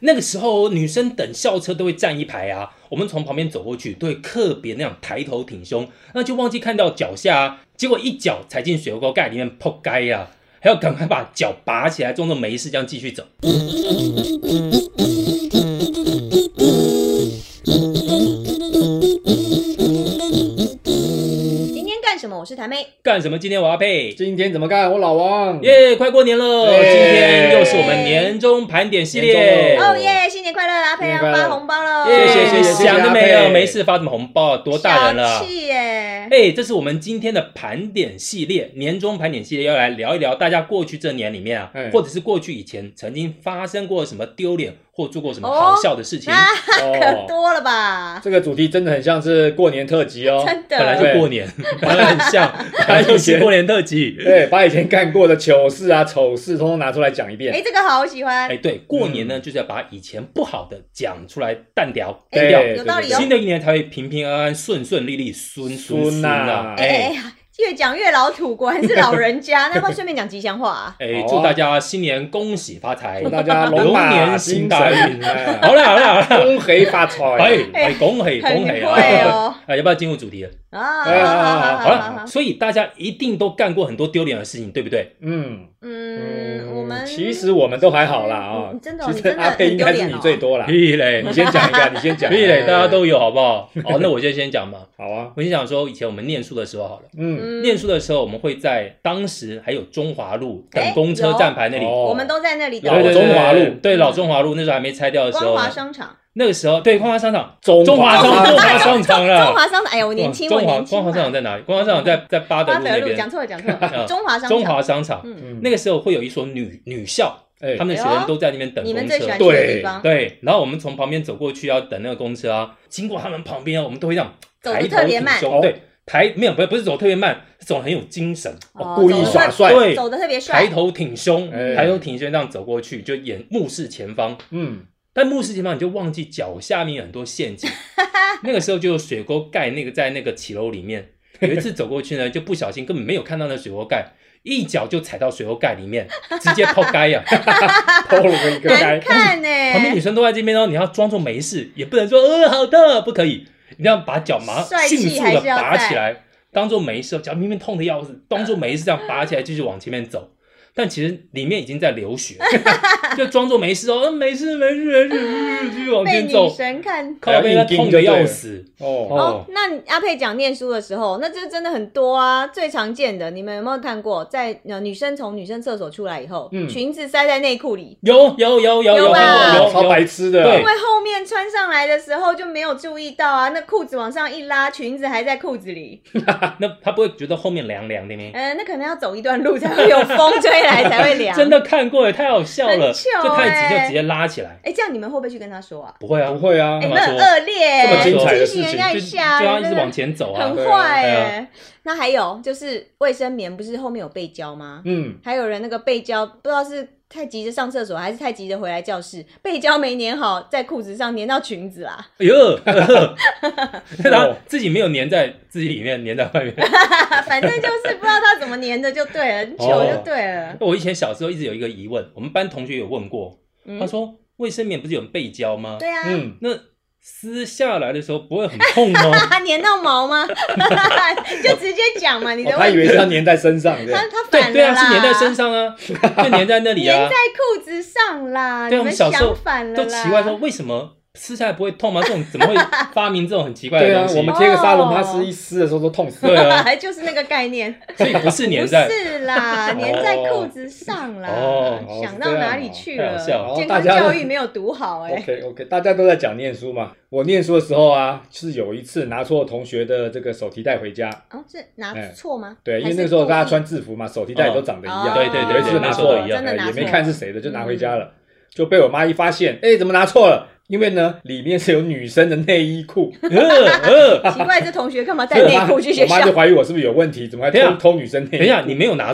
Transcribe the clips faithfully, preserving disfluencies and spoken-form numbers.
那个时候女生等校车都会站一排啊，我们从旁边走过去都会特别那样抬头挺胸，那就忘记看到脚下啊，结果一脚踩进水沟盖里面，扑街啊，还要赶快把脚拔起来，装作没事这样继续走。 我是台妹， 干什么？今天我要配。 今天怎么干？我老王。 耶、yeah, 快过年了，今天又是我们年终盘点系列。 哦耶，新年快乐！阿佩要发红包了， 谢谢谢谢。想得没有？没事事发什么红包？多大人了、啊？ 小气耶！ 哎、欸，这是我们今天的盘点系列，年终盘点系列要来聊一聊大家过去这年里面啊，或者是过去以前曾经发生过什么丢脸或做过什么好笑的事情。 哦、那可多了吧、 哦？这个主题真的很像是过年特辑哦， 真的， 本来就过年，本来很像，本来就是过年特辑。 对，把以前干过的糗事啊、丑事，通通拿出来讲一遍。 哎，这个好喜欢。 哎，对，过年呢、嗯、就是要把以前不好的讲出来，淡掉， 淡掉，有道理哦。 新的一年才会平平安安、顺顺利利、顺顺顺啊！ 哎哎呀。越讲越老土，果然是老人家。那要不要顺便讲吉祥话啊？ 哎、欸，祝大家新年恭喜发财， 祝大家龙年行大运。好了好了好了， 恭喜发财！ 哎哎，恭喜恭喜啊！啊，要不要进入主题了？ 啊， 好了，所以大家一定都干过很多丢脸的事情，对不对？ 嗯嗯，我们其实我们都还好啦啊。 真的， 其实阿佩应该是你最多啦。 屁嘞， 你先讲一个，你先讲。 屁嘞，大家都有好不好？好，那我就先讲嘛。 好啊， 我先讲说以前我们念书的时候好了。 嗯， 念书的时候我们会在当时还有中华路等公车站牌那里， 我们都在那里等。 老中华路， 对，老中华路那时候还没拆掉的时候。 光华商场。 那个时候，对，光华商场， 中中华商中华商场了。 中华商场，哎呀，我年轻，我年轻。 光华商场在哪里？光华商场在在八德路那边。 讲错了，讲错了。中华商场。 中华商场， 嗯， 那个时候会有一所女女校，他们的学生都在那边等公车。 你们最喜欢去的地方。 对，然后我们从旁边走过去要等那个公车啊，经过他们旁边啊，我们都会这样走得特别慢。 对，抬没有不不是走特别慢，是走很有精神， 故意耍帅， 对， 走得特别帅， 抬头挺胸，抬头挺胸这样走过去，就眼目视前方，嗯。但目视前方你就忘记脚下面有很多陷阱，那个时候就有水沟盖，那个在那个骑楼里面，有一次走过去呢，就不小心根本没有看到那水沟盖，一脚就踩到水沟盖里面，直接破盖呀， 破了一个盖。 难看呢， 旁边女生都在这边哦，你要装作没事，也不能说呃好的，不可以，一定要把脚马上迅速的拔起来，当做没事，脚明明痛的要死，当做没事这样拔起来继续往前面走。但其实里面已经在流血，就装作没事哦，没事没事没事，继续往前走。 被女神看， 靠背他痛的要死。 哦哦，那阿佩讲念书的时候，那这真的很多啊。最常见的，你们有没有看过？在呃女生从女生厕所出来以后，嗯、裙子塞在内裤里， 有有有有有吧？ 有超白痴的， 因为后面穿上来的时候就没有注意到啊，那裤子往上一拉，裙子还在裤子里。 那他不会觉得后面凉凉的吗？ 呃，那可能要走一段路才会有风吹来才会凉。 真的看过耶，太好笑了，就太直接直接拉起来。 哎，这样你们会不会去跟他说啊？ 不会啊， 不会啊， 哎，那很恶劣， 这么精彩的事情， 人家一下就要一直往前走啊， 很坏哎。那还有就是卫生棉不是后面有背胶吗？嗯，还有人那个背胶不知道是太急着上厕所还是太急着回来教室，背胶没粘好，在裤子上粘到裙子啦。 哎呦，他自己没有粘在自己里面，粘在外面。 反正就是不知道他怎么粘的就对了，很糗就对了。 哦、我以前小时候一直有一个疑问，我们班同学有问过，嗯、他说卫生棉不是有背胶吗？ 对啊， 嗯，那撕下来的时候不会很痛吗？ 粘到毛吗？就直接讲嘛，你的、 哦。他以为是要粘在身上， 他他反了啦， 对对啊，是粘在身上啊，就粘在那里啊， 粘在裤子上啦。 对，我们小时候都奇怪说为什么撕下来不会痛吗？这种怎么会发明这种很奇怪的东西？ 对啊，我们贴个沙龙，它撕一撕的时候都痛死了。 对啊， 就是那个概念。 所以不是粘在， 不是啦，粘在裤子上啦。哦，想到哪里去了？健康教育没有读好哎、欸。 OK OK， 大家都在讲念书嘛。我念书的时候啊，是有一次拿错同学的这个手提袋回家。 哦，是拿错吗？ 对，因为那个时候大家穿制服嘛，手提袋都长得一样。 对对对， 有一次拿错了，也没看是谁的，就拿回家了，就被我妈一发现，哎，怎么拿错了？因为呢，里面是有女生的内衣裤。 奇怪，这同学干嘛带内裤去学校？ 我妈就怀疑我是不是有问题，怎么还偷偷女生内衣？ 等一下，你没有拿错，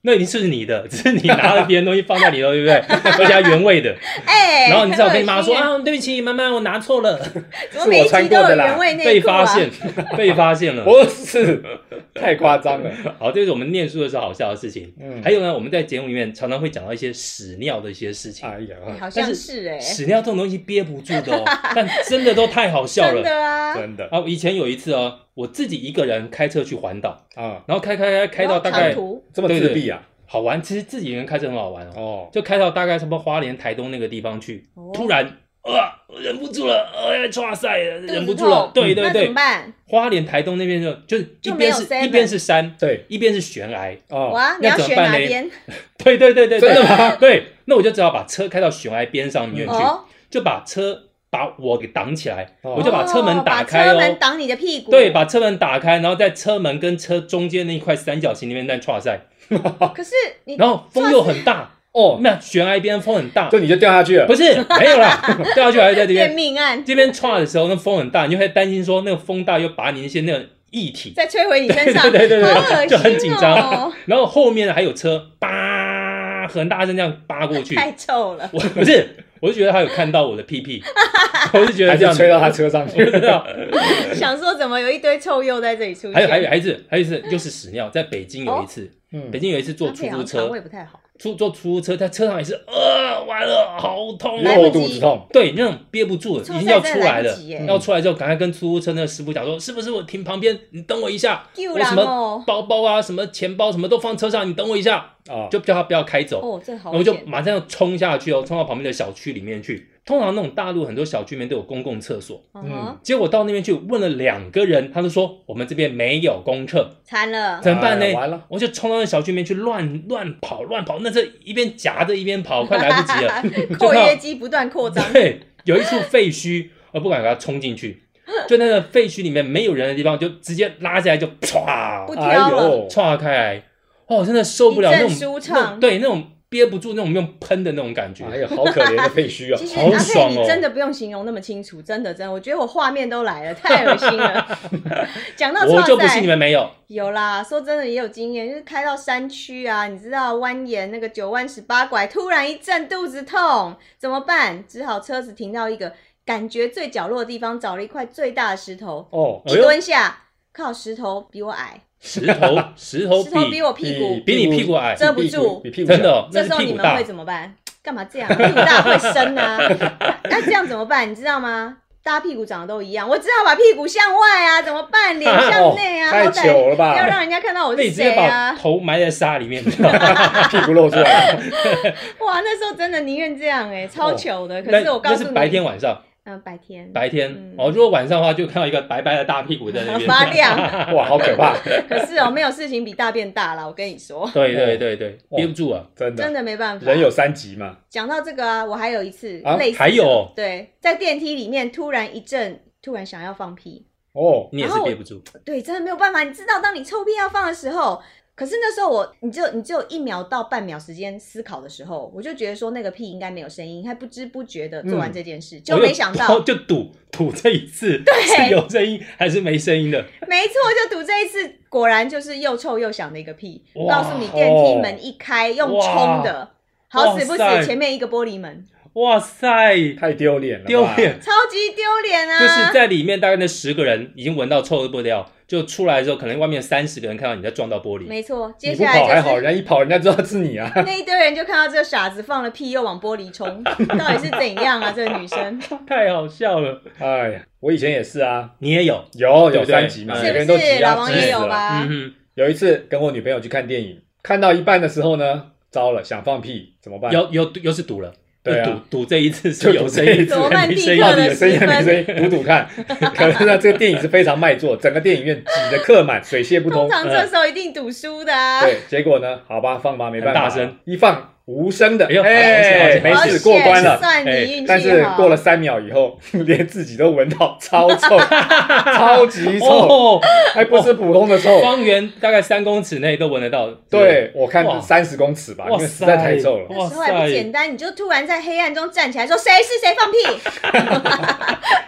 那一定是你的，只是你拿了别人东西放在里头，对不对？而且还原味的。 哎、欸， 然后你知道我跟你妈说啊，对不起，妈妈，我拿错了， 怎么每一集都有原味内裤啊？ 被发现，被发现了， 不是，太夸张了。 好，这是我们念书的时候好笑的事情。嗯，还有呢，我们在节目里面常常会讲到一些屎尿的一些事情。 哎呀， 欸、好像是哎、欸， 屎尿这种东西憋不住的哦，但真的都太好笑了， 真的啊， 真的。 啊，以前有一次哦，我自己一个人开车去环岛啊，然后开开开开到大概这么自闭啊。 好玩，其实自己一个人开车很好玩哦。哦，就开到大概什么花莲、台东那个地方去，哦、突然啊，忍不住了，哎，唰塞，忍不住了。对对对， 怎么办？ 花莲、台东那边就就一边是一边是山， 对， 一边是悬崖。 哦，哇，你要选哪边？ 对对对对， 真的吗？ 对，那我就只好把车开到悬崖边上面去，哦、就把车。把我给挡起来，哦、我就把车门打开哦， 把车门挡你的屁股。 对，把车门打开，然后在车门跟车中间那一块三角形里面再唰塞。 可是你， 然后风又很大哦，那悬崖边风很大， 就你就掉下去了？ 不是，没有啦，掉下去还是在这边。 命案这边唰的时候，那风很大，你就会担心说那个风大又把你那些那个液体再吹回你身上， 对对对对， 好恶心哦、 就很紧张。然后后面还有车，叭，很大声这样扒过去， 太臭了。 我不是。我就觉得他有看到我的屁屁，我就觉得这样还是吹到他车上去， 不知道。 想说怎么有一堆臭鼬在这里出现？ 还有还有还是还有一次又是屎尿，在北京有一次，哦、北京有一次坐出租车， 胃不太好， 出坐出租车，在车上也是，呃，完了，好痛， 又肚子痛， 对，那种憋不住了，已经要出来了，要出来之后，赶快跟出租车那个师傅讲说，是不是我停旁边，你等我一下，我什么包包啊，什么钱包什么都放车上，你等我一下。哦、就叫他不要开走， 哦，这好， 然后就马上要冲下去哦，冲到旁边的小区里面去。通常那种大陆很多小区里面都有公共厕所，嗯，结果到那边去问了两个人，他就说我们这边没有公厕， 惨了， 怎么办呢？ 哎、完了， 我就冲到那小区里面去乱乱跑乱跑，那这一边夹着一边跑，快来不及了， 括约肌不断扩张。 对，有一处废墟，我不敢给他冲进去，就那个废墟里面没有人的地方，就直接拉下来就唰， 不挑了， 唰开来。哦，真的受不了那种舒畅， 对那种憋不住那种用喷的那种感觉， 哎呀，好可怜的废墟哦， 其实好爽哦！ 你真的不用形容那么清楚，真的真的，我觉得我画面都来了，太恶心了。讲到我就不信你们没有， 有啦，说真的也有经验，就是开到山区啊，你知道蜿蜒那个九弯十八拐，突然一阵肚子痛，怎么办？只好车子停到一个感觉最角落的地方，找了一块最大的石头，哦，一蹲下，靠，石头比我矮。 石头，石头比， 石头比我屁股， 比你屁股矮， 遮不住， 比屁股真的、哦。 这时候你们会怎么办？干嘛这样？屁股大会生啊？那这样怎么办？你知道吗？大家屁股长得都一样，我只好把屁股向外啊，怎么办？脸向内啊， 太糗了吧！ 要让人家看到我是谁啊？ 你直接把头埋在沙里面， 屁股露出来。 哇，那时候真的宁愿这样哎、欸，超糗的。可是我告诉你， 那是白天晚上。 嗯，白天， 白天、嗯、哦，如果晚上的话，就看到一个白白的大屁股在那边发亮， 哇，好可怕！ 可是哦，没有事情比大便大啦，我跟你说。 对对对对，憋不住啊， 真的， 真的没办法。 人有三急嘛。 讲到这个啊，我还有一次、 啊、 类似的， 还有对，在电梯里面突然一阵，突然想要放屁哦， 你也是憋不住。 对，真的没有办法。你知道，当你臭屁要放的时候。可是那时候我，你就你只有一秒到半秒时间思考的时候，我就觉得说那个屁应该没有声音，还不知不觉的做完这件事，嗯、就没想到就赌赌这一次对是有声音还是没声音的， 没错，就赌这一次，果然就是又臭又响的一个屁。告诉你，电梯门一开，用冲的，好死不死前面一个玻璃门。 哇塞， 太丢脸了， 丢脸， 超级丢脸啊！ 就是在里面大概那十个人已经闻到臭的不得了，就出来的时候，可能外面三十个人看到你在撞到玻璃。 没错，接下来、就是、 你不跑还好，人家一跑，人家知道是你啊。 那一堆人就看到这个傻子放了屁又往玻璃冲，到底是怎样啊？这个女生太好笑了。 哎呀，我以前也是啊， 你也有， 有有三级嘛，每个人都急啊， 老王也有吧？ 嗯、 有一次跟我女朋友去看电影，看到一半的时候呢，糟了，想放屁怎么办？ 又又又是赌了。 对啊， 赌赌这一次是有声音， 罗曼蒂克的有声音没声音，赌赌看。可是呢，这个电影是非常卖座，整个电影院挤得客满，水泄不通。 通常这时候一定赌输的啊。 对，结果呢，好吧，放吧，没办法， 大声一放。无声的， 哎呦， 哎，没事，过关了。 算你运气好。 但是过了三秒以后，连自己都闻到超臭，超级臭，哦、还不是普通的臭， 方圆大概三公尺内都闻得到。 对，我看三十公尺吧，因为实在太臭了。 那时候还不简单，你就突然在黑暗中站起来说：“谁是谁放屁？”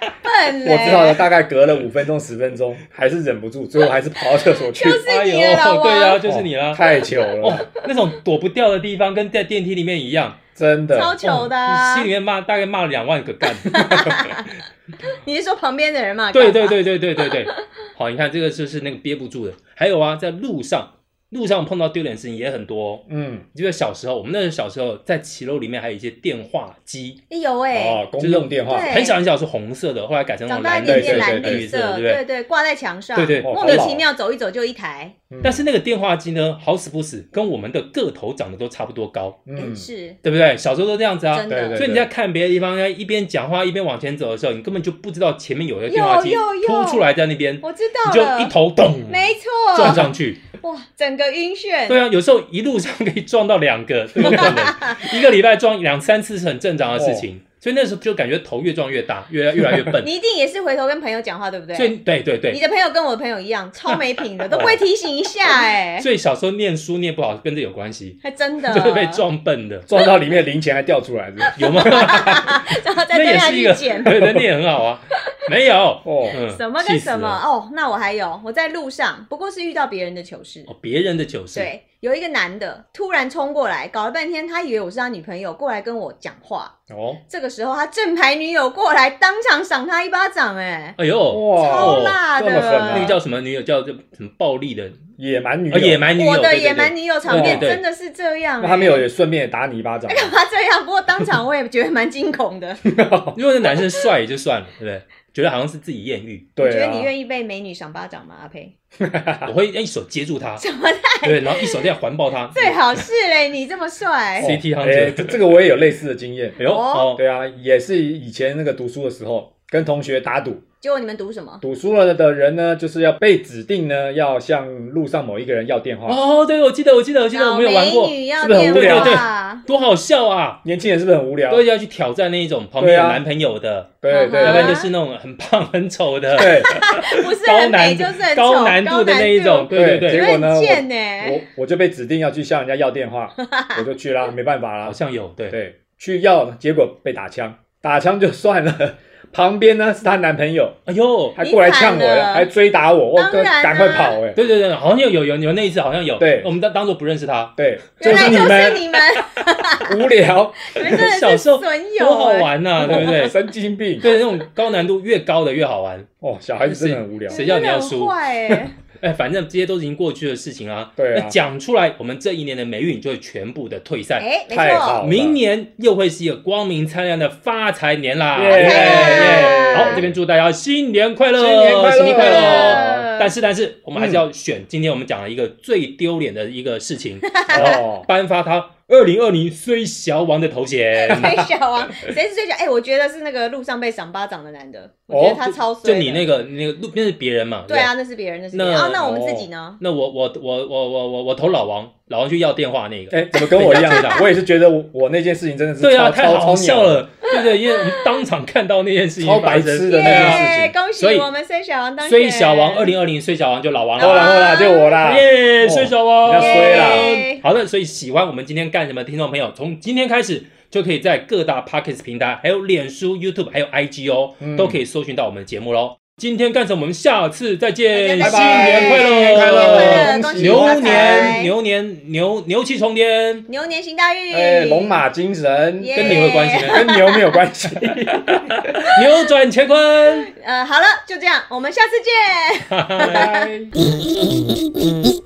狠嘞！ 我知道了，大概隔了五分钟十分钟，还是忍不住，最后还是跑到厕所去。 就是你了，老王。 对啊，就是你了， 哦、太糗了、 哦！那种躲不掉的地方，跟在电梯里面一样， 真的超糗的、啊。 哦、心里面骂，大概骂了两万个干。 你是说旁边的人骂？ 对对对对对对对。好，你看这个就是那个憋不住的。还有啊，在路上。路上碰到丢脸的事情也很多、哦，嗯，你记得小时候，我们那时候小时候在骑楼里面还有一些电话机， 有哎、欸， 哦，公用电话， 很小很小是红色的，后来改成那种蓝绿色、 蓝绿色，对不对？对对，挂在墙上， 对对， 莫名其妙走一走就一台。 嗯、但是那个电话机呢，好死不死跟我们的个头长得都差不多高， 嗯，是， 对不对？小时候都这样子啊， 真的。 所以你在看别的地方，一边讲话一边往前走的时候，你根本就不知道前面有一个电话机凸出来在那边， 我知道了， 你就一头咚， 没错， 撞上去。 哇，整个晕眩。 对啊，有时候一路上可以撞到两个都有可能，一个礼拜撞两三次是很正常的事情。哦，所以那时候就感觉头越撞越大，越越来越笨。 你一定也是回头跟朋友讲话，对不对？ 所以对对对， 你的朋友跟我的朋友一样，超没品的，都不会提醒一下哎、欸。 所以小时候念书念不好跟这有关系， 还真的就是被撞笨的， 撞到里面的零钱还掉出来是有吗？ 然后再对下去捡， 对，那也很好啊。没有哦、 嗯，什么跟什么哦？那我还有，我在路上，不过是遇到别人的糗事哦，别人的糗事。 对，有一个男的突然冲过来，搞了半天，他以为我是他女朋友，过来跟我讲话。哦，这个时候他正牌女友过来，当场赏他一巴掌、欸，哎， 哎呦， 哇， 超辣的， 啊、 那个叫什么女友？叫什么暴力的野蛮女友？ 哦、野蛮女友， 我的野蛮女友场面真的是这样、欸。 那他没有也顺便打你一巴掌？ 干嘛这样？不过当场我也觉得蛮惊恐的。 如果那男生帅也就算了，对不对？觉得好像是自己艳遇。 对、啊， 你觉得你愿意被美女赏巴掌吗？阿佩？ 我会一手接住他， 什么态？ 对，然后一手这样环抱他。 最好是嘞，你这么帅。 C T 行业，这个我也有类似的经验。 哎呦，哦， 对啊，也是以前那个读书的时候，跟同学打赌。 结果你们赌什么？ 赌输了的人呢，就是要被指定呢，要向路上某一个人要电话。 哦，对，我记得，我记得，我记得，我们有玩过， 是不是很无聊？ 对，多好笑啊！ 年轻人是不是很无聊？ 对，要去挑战那一种旁边有男朋友的， 对对，对要不然就是那种很胖很丑的， 对， 不是很美就是很丑， 高难度的那一种，对对对。 结果呢， 我我我就被指定要去向人家要电话，我就去了，没办法啦， 好像有，对对，去要，结果被打枪，打枪就算了。旁边呢是她男朋友， 哎呦， 还过来呛我，还追打我，我赶快跑哎！ 对对对，好像有有有有那一次好像有， 对， 我们当当作不认识他， 对， 就是你们，你们无聊， 小时候多好玩呐，对不对？ 神经病， 对，那种高难度越高的越好玩哦，小孩子真的很无聊， 谁叫你要输？ 哎， 哎，反正这些都是已经过去的事情啊。 对啊， 那讲出来，我们这一年的霉运就会全部的退散。 哎，没错， 明年又会是一个光明灿烂的发财年啦！ 耶耶！ 好，这边祝大家新年快乐， 新年快乐， 新年快乐！但是，但是，我们还是要选今天我们讲了一个最丢脸的一个事情，哦，颁发他二零二零虽小王的头衔。 虽小王，谁是最小？哎，我觉得是那个路上被赏巴掌的男的，我觉得他超衰。 就你那个那个路，那是别人嘛？ 对啊，那是别人，那是别人。啊，那我们自己呢？ 那我我我我我我我投老王，老王去要电话那个。 哎，怎么跟我一样的？我也是觉得我我那件事情真的是对啊，太好笑了。对对，因为我们当场看到那件事情， 超白痴的那件事情。 恭喜我们虽小王当选。 虽小王二零二零虽小王就老王了， 后来后来就我啦， 耶！虽小王， 要衰啦。 好的，所以喜欢我们今天干什么，听众朋友，从今天开始就可以在各大 Podcast 平台，还有脸书、YouTube， 还有 I G 哦，嗯、都可以搜寻到我们的节目喽。今天干什么？我们下次再见， 拜拜， 新年快乐， 快乐， 牛年牛年牛牛气冲天， 牛年行大运， 哎，龙马精神， 跟牛有关系吗？ 跟牛没有关系， 扭转乾坤。 呃，好了，就这样，我们下次见， 拜拜。